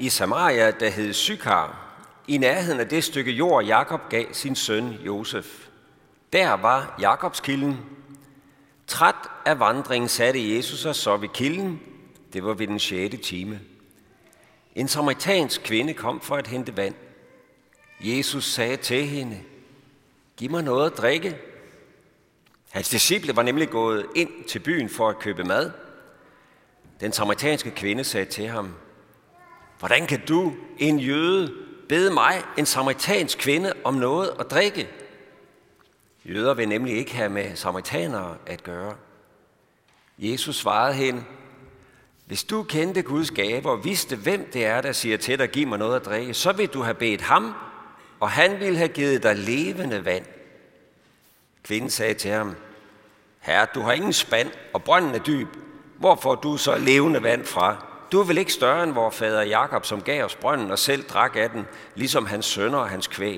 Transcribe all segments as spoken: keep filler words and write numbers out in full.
i Samaria, der hed Sykar, i nærheden af det stykke jord, Jakob gav sin søn Josef. Der var Jakobskilden. Træt af vandringen satte Jesus sig så ved kilden. Det var ved den sjette time. En samaritansk kvinde kom for at hente vand. Jesus sagde til hende, giv mig noget at drikke. Hans disciple var nemlig gået ind til byen for at købe mad. Den samaritanske kvinde sagde til ham, hvordan kan du, en jøde, bede mig, en samaritansk kvinde, om noget at drikke? Jøder vil nemlig ikke have med samaritanere at gøre. Jesus svarede hende, hvis du kendte Guds gave og vidste, hvem det er, der siger til dig, giv mig noget at drikke, så vil du have bedt ham, og han ville have givet dig levende vand. Kvinden sagde til ham, herre, du har ingen spand, og brønden er dyb. Hvor får du så levende vand fra? Du er vel ikke større end vor fader Jakob, som gav os brønden og selv drak af den, ligesom hans sønner og hans kvæg.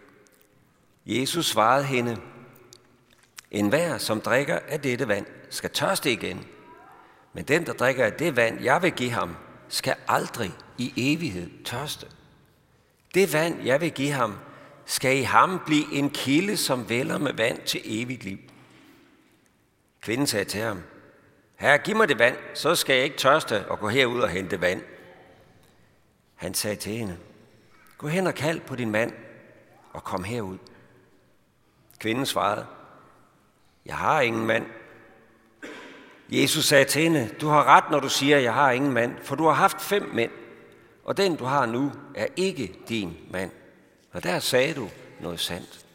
Jesus svarede hende, enhver, som drikker af dette vand, skal tørste igen. Men den, der drikker af det vand, jeg vil give ham, skal aldrig i evighed tørste. Det vand, jeg vil give ham, skal i ham blive en kilde, som vælder med vand til evigt liv. Kvinden sagde til ham, herre, giv mig det vand, så skal jeg ikke tørste og gå herud og hente vand. Han sagde til hende, gå hen og kald på din mand og kom herud. Kvinden svarede, jeg har ingen mand. Jesus sagde til hende, du har ret, når du siger, jeg har ingen mand, for du har haft fem mænd, og den du har nu er ikke din mand. Og der sagde du noget sandt.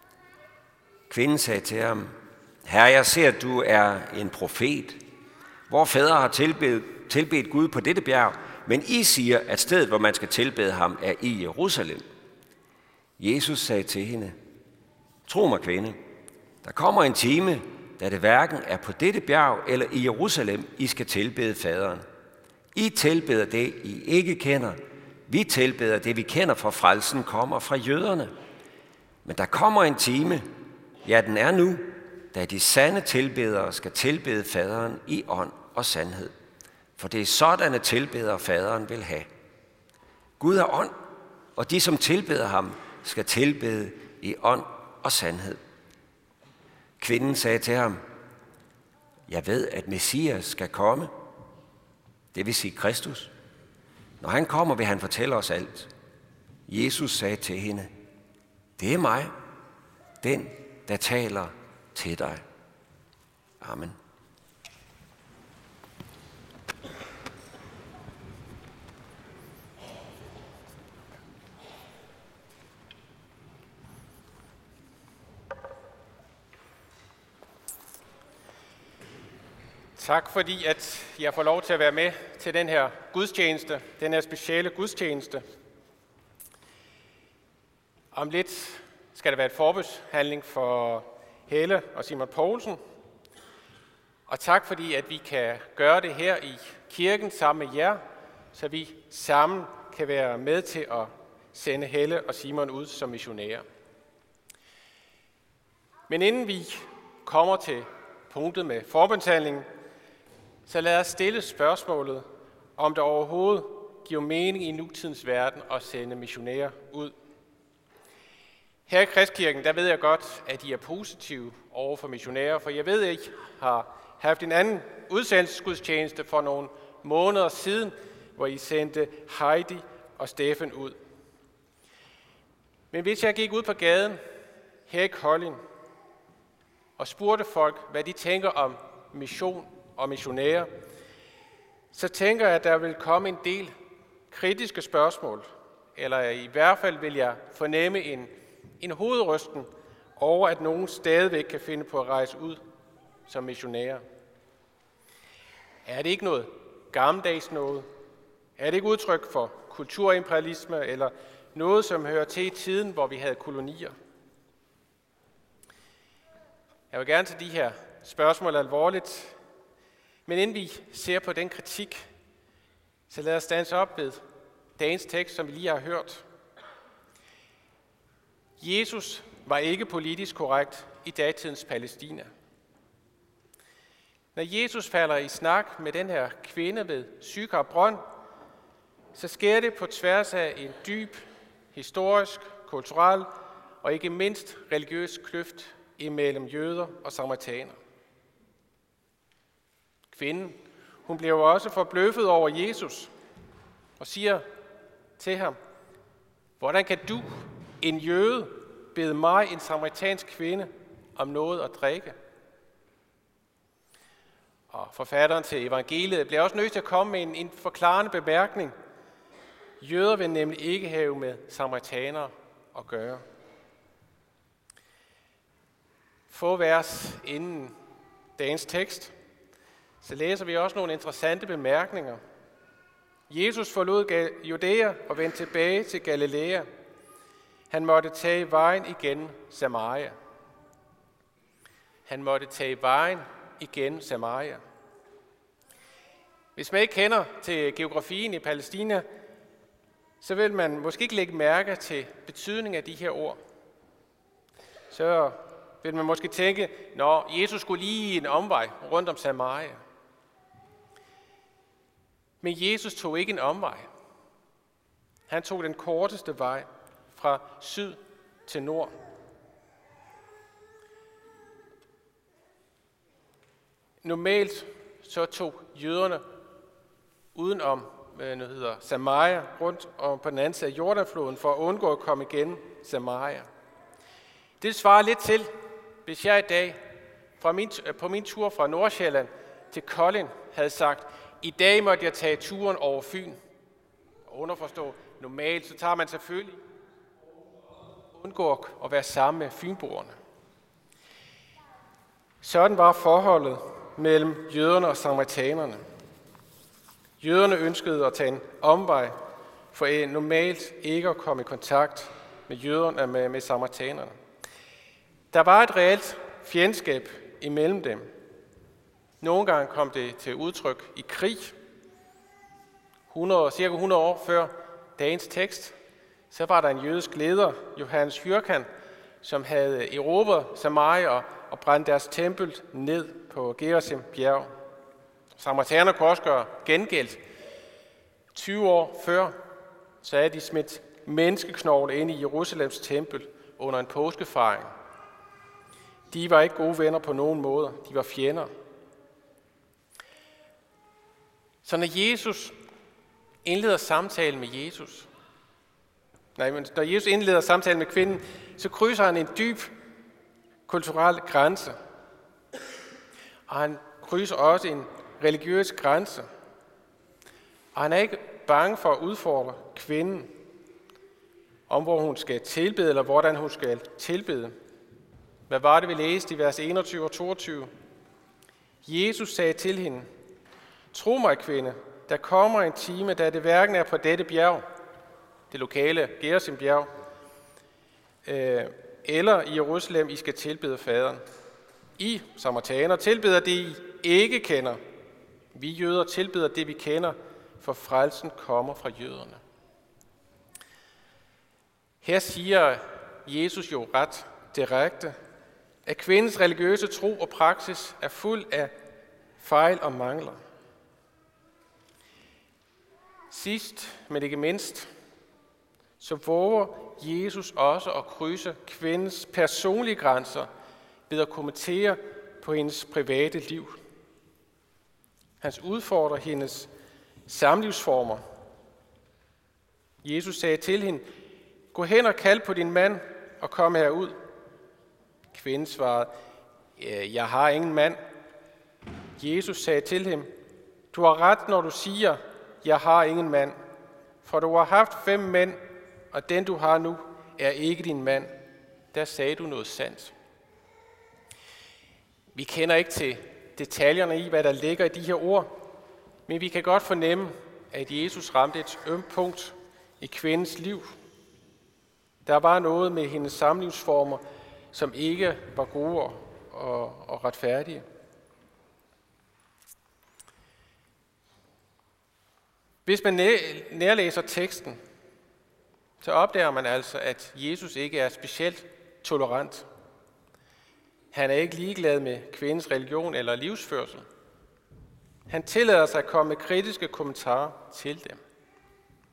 Kvinden sagde til ham, herre, jeg ser, at du er en profet. Vor fædre har tilbedt, tilbedt Gud på dette bjerg, men I siger, at stedet, hvor man skal tilbede ham, er i Jerusalem. Jesus sagde til hende, tro mig, kvinde, der kommer en time, da det hverken er på dette bjerg eller i Jerusalem, I skal tilbede faderen. I tilbeder det, I ikke kender. Vi tilbeder det, vi kender, for frelsen kommer fra jøderne. Men der kommer en time, ja, den er nu, da de sande tilbedere skal tilbede faderen i ånd og sandhed. For det er sådanne tilbedere, faderen vil have. Gud er ånd, og de, som tilbeder ham, skal tilbede i ånd og sandhed. Kvinden sagde til ham, jeg ved, at Messias skal komme, det vil sige Kristus. Når han kommer, vil han fortælle os alt. Jesus sagde til hende, det er mig, den, der taler til dig. Amen. Tak fordi, at jeg får lov til at være med til den her gudstjeneste, den her specielle gudstjeneste. Om lidt skal der være et forbønshandling for Helle og Simon Poulsen. Og tak fordi, at vi kan gøre det her i kirken sammen med jer, så vi sammen kan være med til at sende Helle og Simon ud som missionærer. Men inden vi kommer til punktet med forbønshandlingen, så lad os stille spørgsmålet, om det overhovedet giver mening i nutidens verden at sende missionærer ud. Her i Kristkirken, der ved jeg godt, at I er positive over for missionærer, for jeg ved, at I har haft en anden udsendelsesgudstjeneste for nogle måneder siden, hvor I sendte Heidi og Steffen ud. Men hvis jeg gik ud på gaden her i Kolding og spurgte folk, hvad de tænker om mission og missionærer, så tænker jeg, at der vil komme en del kritiske spørgsmål, eller i hvert fald vil jeg fornemme en, en hovedrysten over, at nogen stadigvæk kan finde på at rejse ud som missionærer. Er det ikke noget gammeldags noget? Er det ikke udtryk for kulturimperialisme, eller noget, som hører til i tiden, hvor vi havde kolonier? Jeg vil gerne tage de her spørgsmål alvorligt, men inden vi ser på den kritik, så lad os stands op ved dagens tekst, som vi lige har hørt. Jesus var ikke politisk korrekt i datidens Palæstina. Når Jesus falder i snak med den her kvinde ved Sykar brønd, så sker det på tværs af en dyb, historisk, kulturel og ikke mindst religiøs kløft imellem jøder og samaritaner. Kvinden, hun bliver også forbløffet over Jesus og siger til ham, hvordan kan du, en jøde, bede mig, en samaritansk kvinde, om noget at drikke? Og forfatteren til evangeliet bliver også nødt til at komme med en, en forklarende bemærkning. Jøder vil nemlig ikke have med samaritanere at gøre. Få vers inden dagens tekst, så læser vi også nogle interessante bemærkninger. Jesus forlod Judæa og vendte tilbage til Galilea. Han måtte tage vejen igen Samaria. Han måtte tage vejen igen Samaria. Hvis man ikke kender til geografien i Palæstina, så vil man måske ikke lægge mærke til betydningen af de her ord. Så vil man måske tænke, når Jesus skulle lige en omvej rundt om Samaria. Men Jesus tog ikke en omvej. Han tog den korteste vej fra syd til nord. Normalt så tog jøderne udenom hvad hedder, Samaria rundt om på den anden side af Jordanfloden for at undgå at komme igen Samaria. Det svarer lidt til, hvis jeg i dag fra min, på min tur fra Nordsjælland til Kolding havde sagt, i dag måtte jeg tage turen over Fyn. Og underforstå, normalt så tager man selvfølgelig undgå at være sammen med fynboerne. Sådan var forholdet mellem jøderne og samaritanerne. Jøderne ønskede at tage en omvej, for normalt ikke at komme i kontakt med jøderne med, med samaritanerne. Der var et reelt fjendskab imellem dem. Nogle gange kom det til udtryk i krig. hundrede, cirka hundrede år før dagens tekst, så var der en jødisk leder, Johannes Hyrkan, som havde erobret Samaria og, og brændt deres tempel ned på Gerizim bjerg. Samaritanerne kunne også gøre gengæld. tyve år før, så er de smidt menneskeknogle ind i Jerusalems tempel under en påskefejring. De var ikke gode venner på nogen måde. De var fjender. Så når Jesus indleder samtalen med Jesus, nej, men når Jesus indleder samtalen med kvinden, så krydser han en dyb kulturel grænse. Og han krydser også en religiøs grænse. Og han er ikke bange for at udfordre kvinden, om hvor hun skal tilbede, eller hvordan hun skal tilbede. Hvad var det, vi læste i vers enogtyve og toogtyve? Jesus sagde til hende, tro mig, kvinde, der kommer en time, da det hverken er på dette bjerg, det lokale Gerizim bjerg, øh, eller i Jerusalem, I skal tilbede faderen. I, samaritaner, tilbeder det, I ikke kender. Vi jøder tilbeder det, vi kender, for frelsen kommer fra jøderne. Her siger Jesus jo ret direkte, at kvindens religiøse tro og praksis er fuld af fejl og mangler. Sidst, men ikke mindst, så våger Jesus også at krydse kvindens personlige grænser ved at kommentere på hendes private liv. Han udfordrer hendes samlivsformer. Jesus sagde til hende, gå hen og kald på din mand og kom herud. Kvinden svarede, jeg har ingen mand. Jesus sagde til hende, du har ret, når du siger, jeg har ingen mand. For du har haft fem mænd, og den du har nu er ikke din mand. Der sagde du noget sandt. Vi kender ikke til detaljerne i, hvad der ligger i de her ord, men vi kan godt fornemme, at Jesus ramte et ømt punkt i kvindens liv. Der var noget med hendes samlivsformer, som ikke var gode og, og retfærdige. Hvis man nærlæser teksten, så opdager man altså, at Jesus ikke er specielt tolerant. Han er ikke ligeglad med kvindens religion eller livsførsel. Han tillader sig at komme med kritiske kommentarer til dem.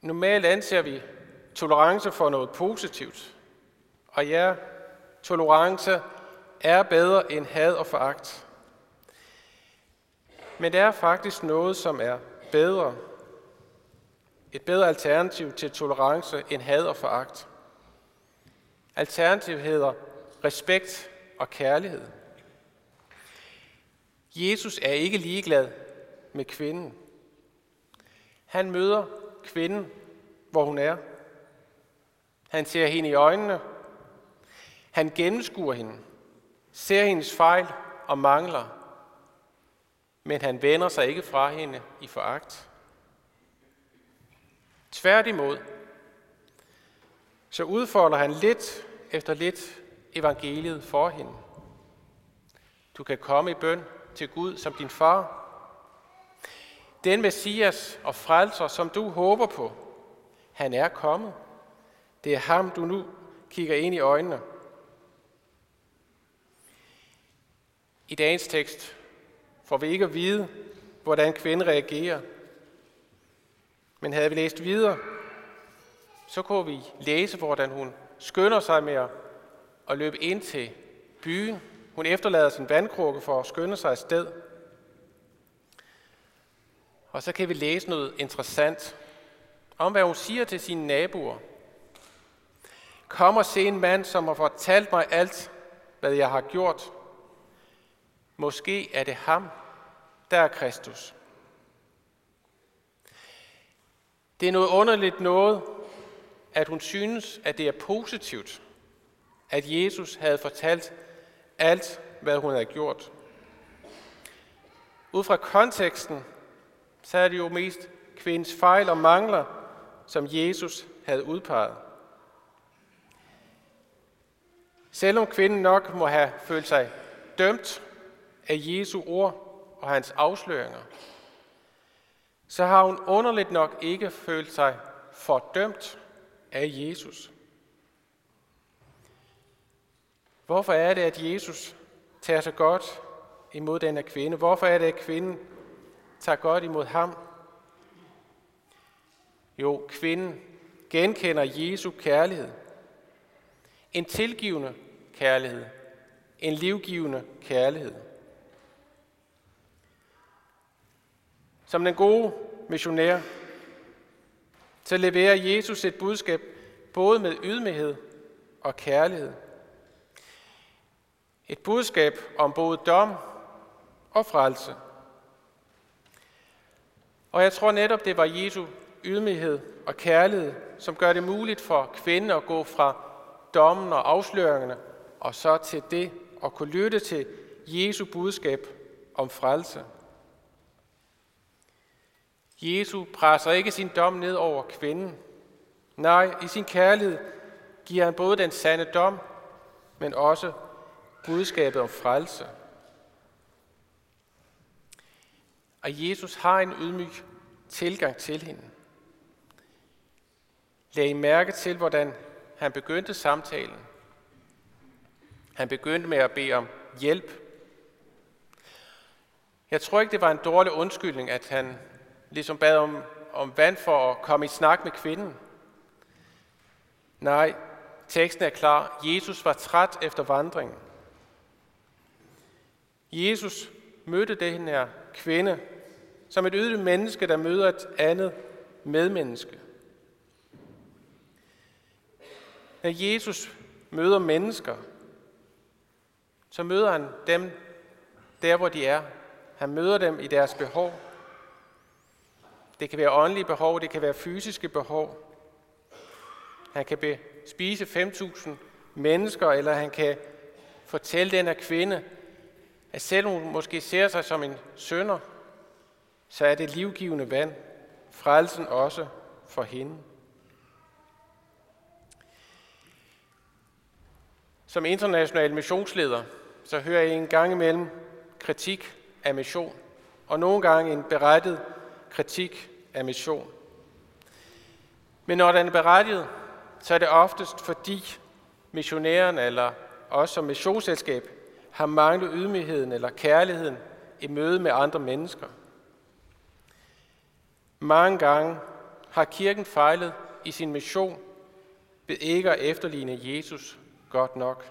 Normalt anser vi tolerance for noget positivt. Og ja, tolerance er bedre end had og foragt. Men der er faktisk noget, som er bedre. Et bedre alternativ til tolerance end had og foragt. Alternativet hedder respekt og kærlighed. Jesus er ikke ligeglad med kvinden. Han møder kvinden, hvor hun er. Han ser hende i øjnene. Han gennemskuer hende, ser hendes fejl og mangler. Men han vender sig ikke fra hende i foragt. Tværtimod, så udfolder han lidt efter lidt evangeliet for hende. Du kan komme i bøn til Gud som din far. Den Messias og frelser, som du håber på, han er kommet. Det er ham, du nu kigger ind i øjnene. I dagens tekst får vi ikke at vide, hvordan kvinden reagerer. Men havde vi læst videre, så kunne vi læse, hvordan hun skynder sig med at løbe ind til byen. Hun efterlader sin vandkrukke for at skynde sig afsted. Og så kan vi læse noget interessant om, hvad hun siger til sine naboer. Kom og se en mand, som har fortalt mig alt, hvad jeg har gjort. Måske er det ham, der er Kristus. Det er noget underligt noget, at hun synes, at det er positivt, at Jesus havde fortalt alt, hvad hun havde gjort. Ud fra konteksten, så er det jo mest kvindens fejl og mangler, som Jesus havde udpeget. Selvom kvinden nok må have følt sig dømt af Jesu ord og hans afsløringer, så har hun underligt nok ikke følt sig fordømt af Jesus. Hvorfor er det, at Jesus tager så godt imod denne kvinde? Hvorfor er det, at kvinden tager godt imod ham? Jo, kvinden genkender Jesu kærlighed. En tilgivende kærlighed. En livgivende kærlighed. Som den gode missionær, så leverer Jesus et budskab både med ydmyghed og kærlighed. Et budskab om både dom og frelse. Og jeg tror netop, det var Jesu ydmyghed og kærlighed, som gør det muligt for kvinden at gå fra dommen og afsløringerne, og så til det at kunne lytte til Jesu budskab om frelse. Jesus presser ikke sin dom ned over kvinden. Nej, i sin kærlighed giver han både den sande dom, men også budskabet om frelse. Og Jesus har en ydmyg tilgang til hende. Lad I mærke til, hvordan han begyndte samtalen. Han begyndte med at bede om hjælp. Jeg tror ikke, det var en dårlig undskyldning, at han ligesom bad om, om vand for at komme i snak med kvinden. Nej, teksten er klar. Jesus var træt efter vandringen. Jesus mødte den her kvinde som et ydmygt menneske, der møder et andet medmenneske. Når Jesus møder mennesker, så møder han dem der, hvor de er. Han møder dem i deres behov. Det kan være åndelige behov, det kan være fysiske behov. Han kan spise fem tusind mennesker, eller han kan fortælle den her kvinde, at selvom hun måske ser sig som en synder, så er det livgivende vand, frelsen også for hende. Som international missionsleder, så hører jeg en gang imellem kritik af mission, og nogle gange en berettiget kritik af mission. Men når den er berettiget, så er det oftest fordi missionæren eller os som missionsselskab har manglet ydmygheden eller kærligheden i møde med andre mennesker. Mange gange har kirken fejlet i sin mission ved ikke at efterligne Jesus godt nok.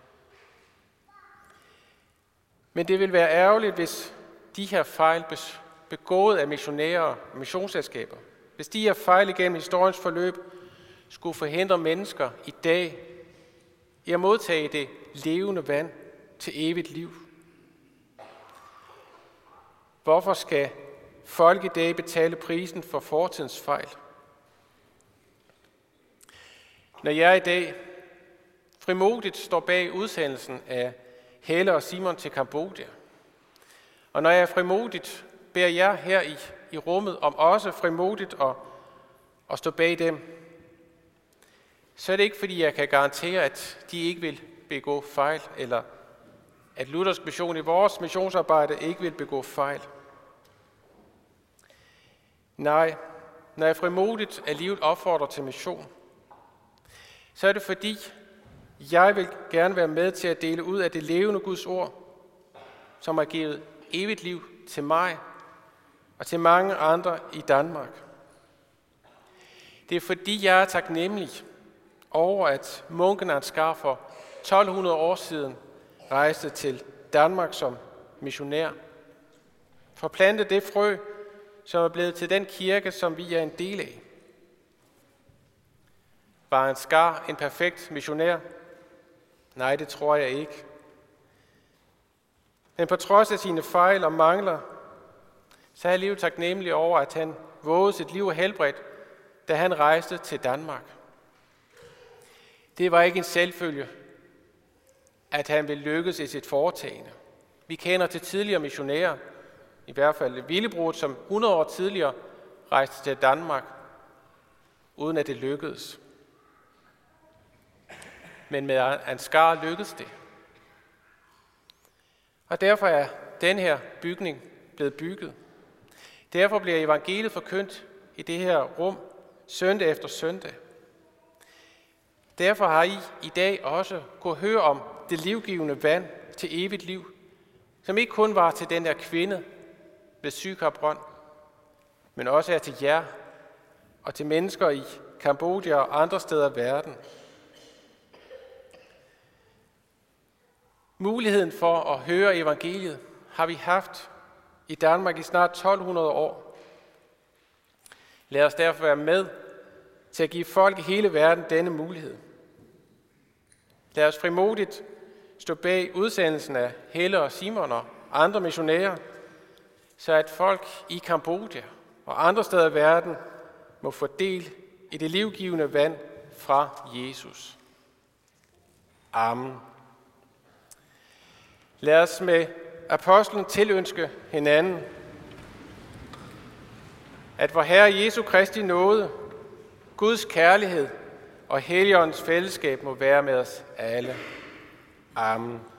Men det vil være ærgerligt, hvis de her fejl begået af missionærer og missionsselskaber, hvis de her fejl igennem historiens forløb skulle forhindre mennesker i dag i at modtage det levende vand til evigt liv. Hvorfor skal folk i dag betale prisen for fortidens fejl? Når jeg i dag frimodigt står bag udsendelsen af Helle og Simon til Kambodja, og når jeg frimodigt beder jer her i, i rummet om også frimodigt at, at stå bag dem, så er det ikke, fordi jeg kan garantere, at de ikke vil begå fejl, eller at Luthersk Mission i vores missionsarbejde ikke vil begå fejl. Nej, når jeg frimodigt alligevel opfordrer til mission, så er det fordi, jeg vil gerne være med til at dele ud af det levende Guds ord, som har givet evigt liv til mig og til mange andre i Danmark. Det er fordi, jeg er taknemmelig over, at munken Ansgar for tolv hundrede år siden rejste til Danmark som missionær. Forplante det frø, som er blevet til den kirke, som vi er en del af. Var Ansgar en perfekt missionær? Nej, det tror jeg ikke. Men på trods af sine fejl og mangler, så er jeg alligevel taknemmelig over, at han vågede sit liv helbredt, da han rejste til Danmark. Det var ikke en selvfølge, at han ville lykkes i sit foretagende. Vi kender til tidligere missionærer, i hvert fald Willebrod, som hundrede år tidligere rejste til Danmark, uden at det lykkedes. Men med Ansgar lykkedes det. Og derfor er den her bygning blevet bygget. Derfor bliver evangeliet forkyndt i det her rum søndag efter søndag. Derfor har I i dag også kunnet høre om det livgivende vand til evigt liv, som ikke kun var til den der kvinde ved Sykar Brønd, men også er til jer og til mennesker i Kambodja og andre steder i verden. Muligheden for at høre evangeliet har vi haft i Danmark i snart tolv hundrede år. Lad os derfor være med til at give folk i hele verden denne mulighed. Lad os frimodigt stå bag udsendelsen af Helle og Simon og andre missionærer, så at folk i Kambodja og andre steder i verden må få del i det livgivende vand fra Jesus. Amen. Lad os med apostlen tilønske hinanden, at vor Herre Jesu Kristi nåde, Guds kærlighed og Helligåndens fællesskab må være med os alle. Amen.